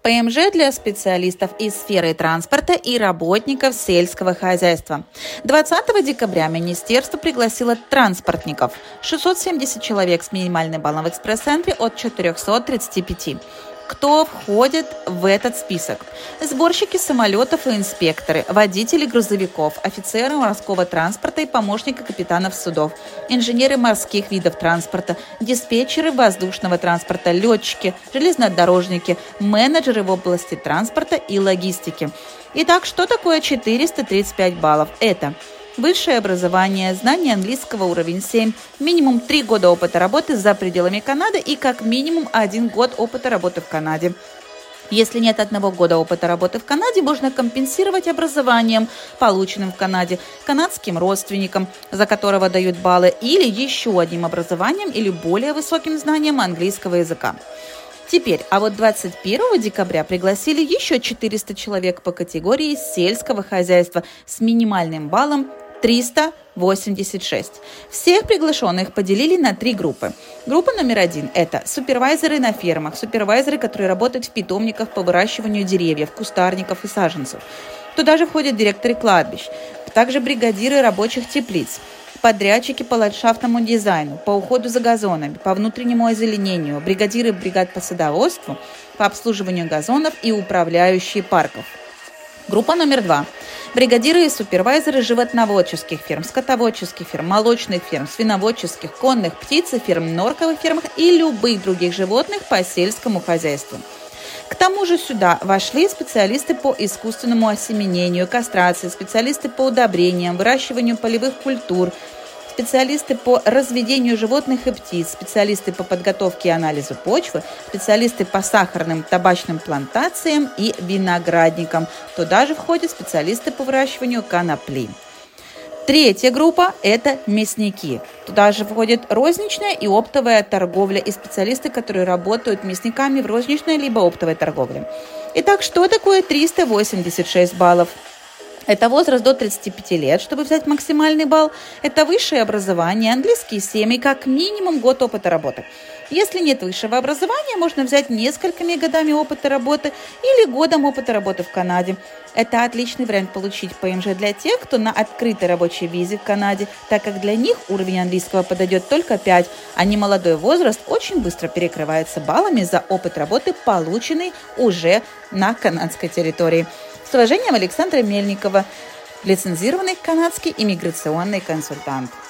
ПМЖ для специалистов из сферы транспорта и работников сельского хозяйства. 20 декабря министерство пригласило транспортников. 670 человек с минимальным баллом в экспресс-центре от 435. Кто входит в этот список? Сборщики самолетов и инспекторы, водители грузовиков, офицеры морского транспорта и помощники капитанов судов, инженеры морских видов транспорта, диспетчеры воздушного транспорта, летчики, железнодорожники, менеджеры в области транспорта и логистики. Итак, что такое 435 баллов? Это высшее образование, знание английского уровень 7, минимум 3 года опыта работы за пределами Канады и как минимум 1 год опыта работы в Канаде. Если нет 1 года опыта работы в Канаде, можно компенсировать образованием, полученным в Канаде, канадским родственникам, за которого дают баллы, или еще одним образованием или более высоким знанием английского языка. Теперь, а вот 21 декабря пригласили еще 400 человек по категории сельского хозяйства с минимальным баллом 386. Всех приглашенных поделили на 3 группы. Группа номер 1 – это супервайзеры на фермах, супервайзеры, которые работают в питомниках по выращиванию деревьев, кустарников и саженцев. Туда же входят директоры кладбищ, также бригадиры рабочих теплиц, подрядчики по ландшафтному дизайну, по уходу за газонами, по внутреннему озеленению, бригадиры бригад по садоводству, по обслуживанию газонов и управляющие парков. Группа номер 2. Бригадиры и супервайзеры животноводческих ферм, скотоводческих ферм, молочных ферм, свиноводческих, конных, птицеферм, норковых фермах и любых других животных по сельскому хозяйству. К тому же сюда вошли специалисты по искусственному осеменению, кастрации, специалисты по удобрениям, выращиванию полевых культур, специалисты по разведению животных и птиц, специалисты по подготовке и анализу почвы, специалисты по сахарным, табачным плантациям и виноградникам. Туда же входят специалисты по выращиванию конопли. Третья группа – это мясники. Туда же входит розничная и оптовая торговля и специалисты, которые работают мясниками в розничной либо оптовой торговле. Итак, что такое 386 баллов? Это возраст до 35 лет, чтобы взять максимальный балл. Это высшее образование, английский 7 и как минимум год опыта работы. Если нет высшего образования, можно взять несколькими годами опыта работы или годом опыта работы в Канаде. Это отличный вариант получить ПМЖ для тех, кто на открытой рабочей визе в Канаде, так как для них уровень английского подойдет только 5, а немолодой возраст очень быстро перекрывается баллами за опыт работы, полученный уже на канадской территории. С уважением, Александра Мельникова, лицензированный канадский иммиграционный консультант.